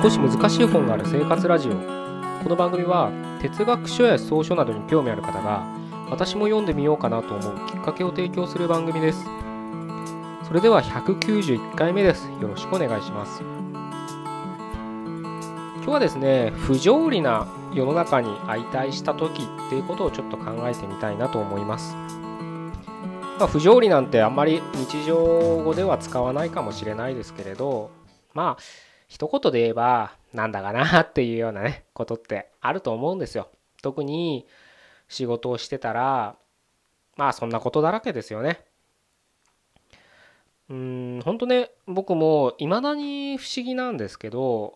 少し難しい本がある生活ラジオ。この番組は哲学書や草書などに興味ある方が私も読んでみようかなと思うきっかけを提供する番組です。それでは191回目です。よろしくお願いします。今日はですね、不条理な世の中に相対した時っていうことをちょっと考えてみたいなと思います。不条理なんてあんまり日常語では使わないかもしれないですけれど、一言で言えばなんだかなっていうようなねことってあると思うんですよ。特に仕事をしてたらそんなことだらけですよね。本当ね、僕も未だに不思議なんですけど、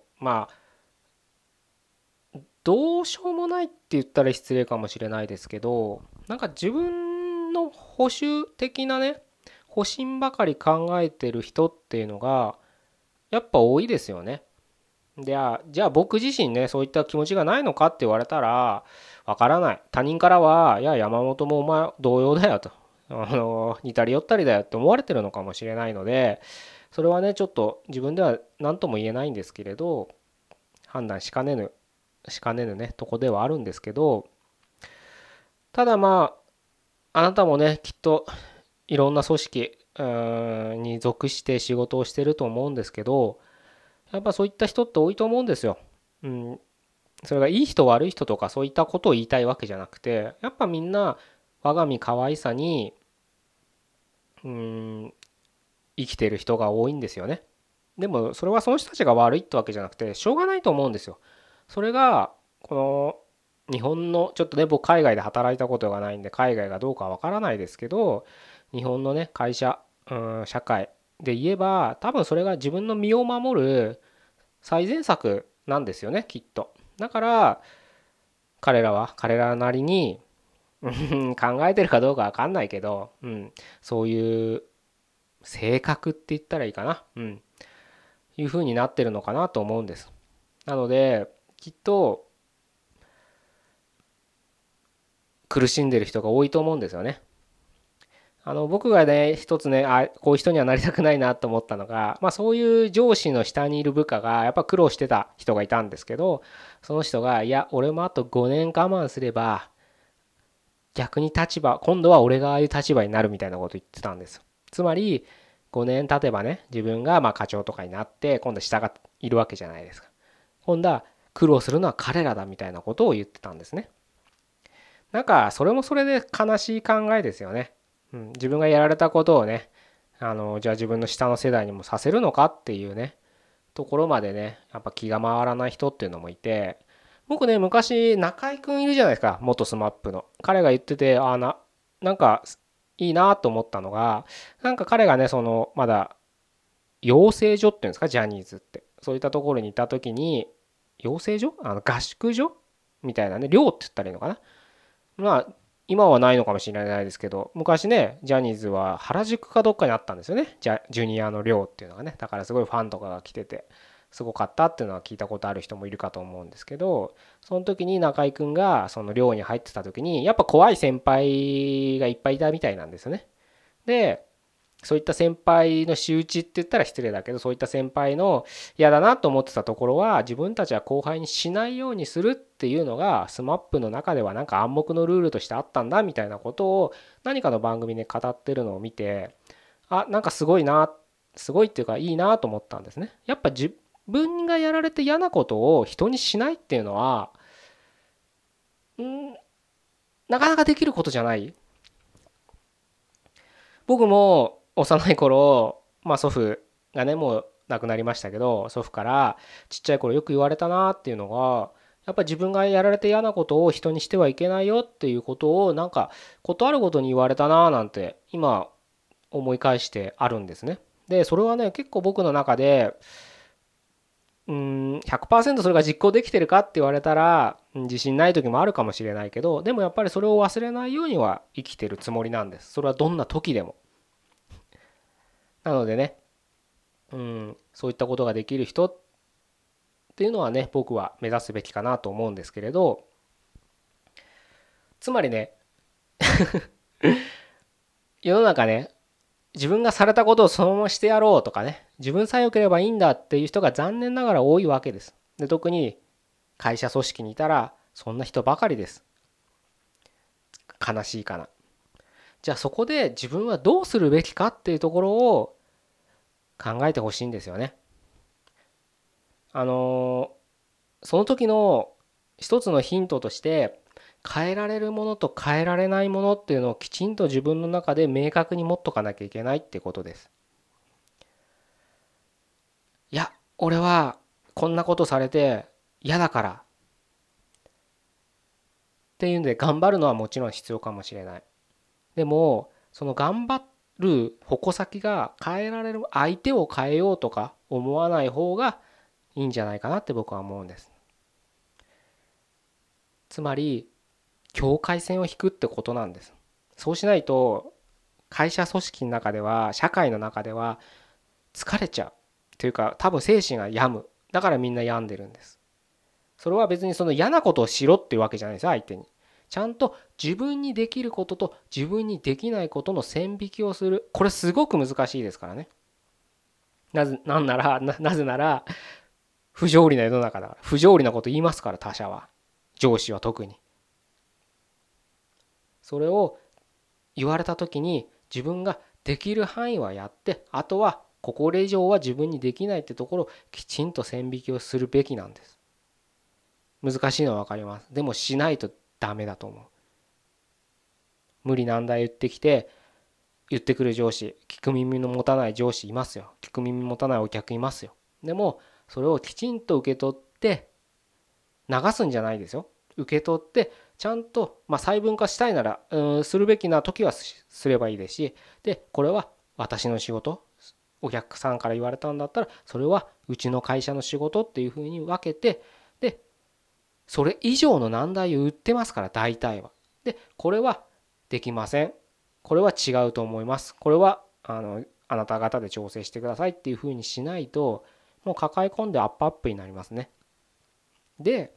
どうしようもないって言ったら失礼かもしれないですけど、なんか自分の保守的なね、保身ばかり考えてる人っていうのがやっぱ多いですよね。じゃあ僕自身ね、そういった気持ちがないのかって言われたらわからない。他人からは、いや山本もお前同様だよと、似たり寄ったりだよって思われてるのかもしれないので、それはねちょっと自分では何とも言えないんですけれど、判断しかねぬねとこではあるんですけど、ただあなたもねきっといろんな組織に属して仕事をしてると思うんですけど、やっぱそういった人って多いと思うんですよ。うん、それがいい人悪い人とかそういったことを言いたいわけじゃなくて、やっぱみんな我が身可愛さに生きてる人が多いんですよね。でもそれはその人たちが悪いってわけじゃなくてしょうがないと思うんですよ。それがこの日本の、ちょっとね僕海外で働いたことがないんで海外がどうかわからないですけど、日本のね会社、社会で言えば多分それが自分の身を守る最善策なんですよね、きっと。だから彼らは彼らなりに考えてるかどうかわかんないけど、そういう性格って言ったらいいかな、いう風になってるのかなと思うんです。なのできっと苦しんでる人が多いと思うんですよね。僕がね一つね、こういう人にはなりたくないなと思ったのが、そういう上司の下にいる部下がやっぱ苦労してた人がいたんですけど、その人が、いや俺もあと5年我慢すれば逆に今度は俺がああいう立場になるみたいなこと言ってたんですよ。つまり5年経てばね、自分が課長とかになって今度下がいるわけじゃないですか。今度は苦労するのは彼らだみたいなことを言ってたんですね。なんかそれもそれで悲しい考えですよね。自分がやられたことをね、じゃあ自分の下の世代にもさせるのかっていうねところまでね、やっぱ気が回らない人っていうのもいて、僕ね昔中居君いるじゃないですか、元スマップの。彼が言ってて、なんかいいなと思ったのが、なんか彼がねそのまだ養成所っていうんですか、ジャニーズってそういったところにいた時に、養成所、合宿所みたいなね、寮って言ったらいいのかな。今はないのかもしれないですけど、昔ねジャニーズは原宿かどっかにあったんですよね、ジュニアの寮っていうのがね。だからすごいファンとかが来ててすごかったっていうのは聞いたことある人もいるかと思うんですけど、その時に中居君がその寮に入ってた時にやっぱ怖い先輩がいっぱいいたみたいなんですよね。でそういった先輩の仕打ちって言ったら失礼だけど、そういった先輩の嫌だなと思ってたところは自分たちは後輩にしないようにするっていうのがスマップの中ではなんか暗黙のルールとしてあったんだみたいなことを何かの番組で語ってるのを見て、なんかすごいな、すごいっていうかいいなと思ったんですね。やっぱ自分がやられて嫌なことを人にしないっていうのはなかなかできることじゃない。僕も幼い頃、祖父がねもう亡くなりましたけど、祖父からちっちゃい頃よく言われたなっていうのが、やっぱ自分がやられて嫌なことを人にしてはいけないよっていうことをなんかことあるごとに言われたななんて今思い返してあるんですね。でそれはね結構僕の中で100% それが実行できてるかって言われたら自信ない時もあるかもしれないけど、でもやっぱりそれを忘れないようには生きてるつもりなんです。それはどんな時でも。なのでね、そういったことができる人っていうのはね僕は目指すべきかなと思うんですけれど、つまりね世の中ね自分がされたことをそのまましてやろうとかね、自分さえ良ければいいんだっていう人が残念ながら多いわけです。で、特に会社組織にいたらそんな人ばかりです。悲しいかな。じゃあそこで自分はどうするべきかっていうところを考えてほしいんですよね。その時の一つのヒントとして、変えられるものと変えられないものっていうのをきちんと自分の中で明確に持っとかなきゃいけないってことです。いや、俺はこんなことされて嫌だからっていうんで頑張るのはもちろん必要かもしれない。でもその頑張る矛先が変えられる相手を変えようとか思わない方がいいんじゃないかなって僕は思うんです。つまり境界線を引くってことなんです。そうしないと会社組織の中では社会の中では疲れちゃうというか、多分精神が病む。だからみんな病んでるんです。それは別にその嫌なことをしろっていうわけじゃないですよ、相手に。ちゃんと自分にできることと自分にできないことの線引きをする。これすごく難しいですからね。なぜなら不条理な世の中だから。不条理なこと言いますから、他者は。上司は特に。それを言われた時に自分ができる範囲はやって、あとはこれ以上は自分にできないってところをきちんと線引きをするべきなんです。難しいのは分かります。でもしないとダメだと思う。無理難題言ってきて言ってくる上司、聞く耳の持たない上司いますよ。聞く耳持たないお客いますよ。でもそれをきちんと受け取って流すんじゃないですよ。受け取ってちゃんと、細分化したいならするべきな時はすればいいですし、でこれは私の仕事、お客さんから言われたんだったらそれはうちの会社の仕事っていうふうに分けて、でそれ以上の難題を売ってますから、大体は。でこれはできません、これは違うと思います、これはあなた方で調整してくださいっていうふうにしないと、もう抱え込んでアップアップになりますね。で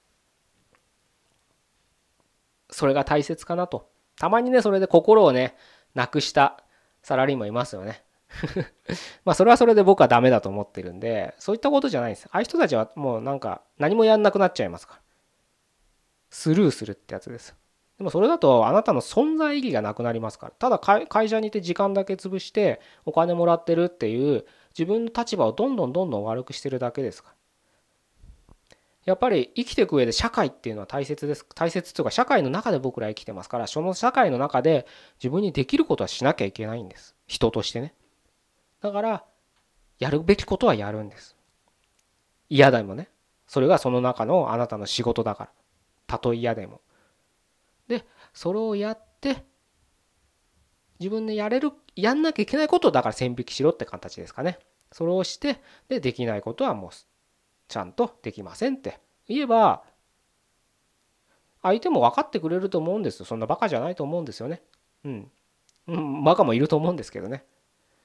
それが大切かなと。たまにね、それで心をねなくしたサラリーマンいますよね。それはそれで僕はダメだと思ってるんで、そういったことじゃないんです。ああいう人たちはもうなんか何もやんなくなっちゃいますから。スルーするってやつです。でもそれだとあなたの存在意義がなくなりますから。ただ会社にいて時間だけ潰してお金もらってるっていう自分の立場をどんどん悪くしてるだけですから。やっぱり生きていく上で社会っていうのは大切です。大切というか、社会の中で僕ら生きてますから、その社会の中で自分にできることはしなきゃいけないんです。人としてね。だからやるべきことはやるんです。嫌でもね。それがその中のあなたの仕事だから。たとえ嫌でも。でそれをやって自分でやんなきゃいけないことをだから線引きしろって形ですかね。それをして、でできないことはもうちゃんとできませんって言えば、相手も分かってくれると思うんですよ。そんなバカじゃないと思うんですよね。うん。バカもいると思うんですけどね。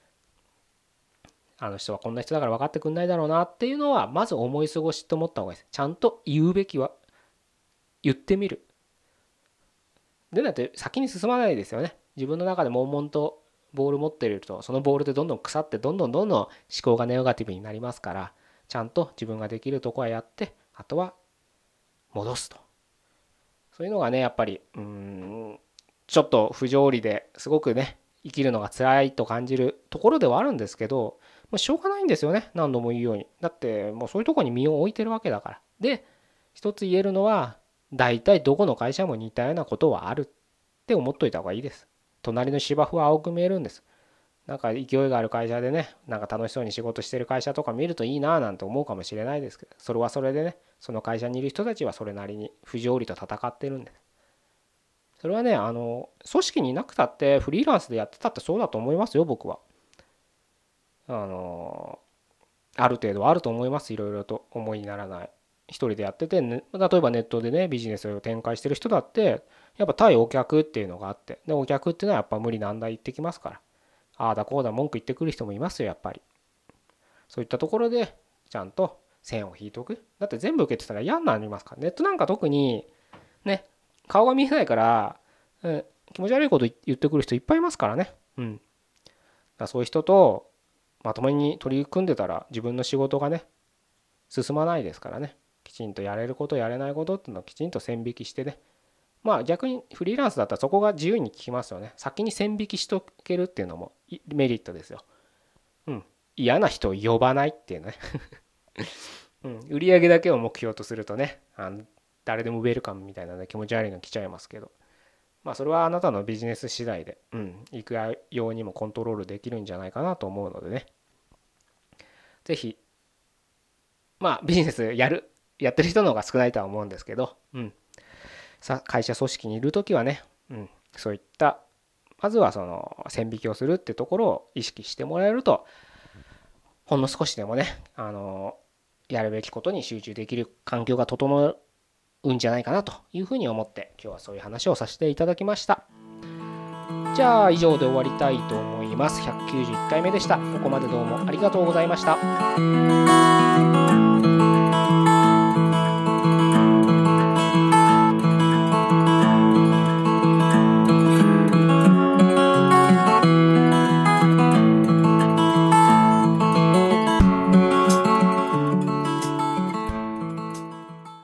あの人はこんな人だから分かってくんないだろうなっていうのは、まず思い過ごしと思った方がいいです。ちゃんと言うべきは言ってみる。でだって先に進まないですよね。自分の中で悶々とボール持ってると、そのボールでどんどん腐って、どんどん思考がネガティブになりますから、ちゃんと自分ができるとこはやって、あとは戻すと。そういうのがね、やっぱりちょっと不条理ですごくね生きるのが辛いと感じるところではあるんですけど、しょうがないんですよね。何度も言うように。だってもうそういうとこに身を置いてるわけだから。で一つ言えるのは、大体どこの会社も似たようなことはあるって思っといた方がいいです。隣の芝生は青く見えるんです。なんか勢いがある会社でね、なんか楽しそうに仕事してる会社とか見るといいななんて思うかもしれないですけど、それはそれでね、その会社にいる人たちはそれなりに不条理と戦ってるんです。それはね、組織にいなくたってフリーランスでやってたってそうだと思いますよ、僕は。ある程度あると思います。いろいろと思いにならない。一人でやってて、ね、例えばネットでねビジネスを展開してる人だって、やっぱ対お客っていうのがあって、でお客っていうのはやっぱ無理難題言ってきますから、ああだこうだ文句言ってくる人もいますよ、やっぱり。そういったところでちゃんと線を引いておく。だって全部受けてたら嫌になりますから。ネットなんか特にね、顔が見えないから、気持ち悪いこと言ってくる人いっぱいいますからね。うん。 そういう人とまともに取り組んでたら自分の仕事がね進まないですからね。きちんとやれることやれないことっていうのをきちんと線引きしてね、まあ逆にフリーランスだったらそこが自由に聞きますよね。先に線引きしとけるっていうのもメリットですよ。うん。嫌な人を呼ばないっていうねうん、売上だけを目標とするとね、誰でもウェルカムみたいな、ね、気持ち悪いの来ちゃいますけど、まあそれはあなたのビジネス次第で、行くようにもコントロールできるんじゃないかなと思うのでね、ぜひ、まあビジネスやってる人の方が少ないとは思うんですけど、会社組織にいるときはね、そういった、まずはその線引きをするってところを意識してもらえると、ほんの少しでもね、やるべきことに集中できる環境が整うんじゃないかなというふうに思って今日はそういう話をさせていただきました。じゃあ以上で終わりたいと思います。191回目でした。ここまでどうもありがとうございました。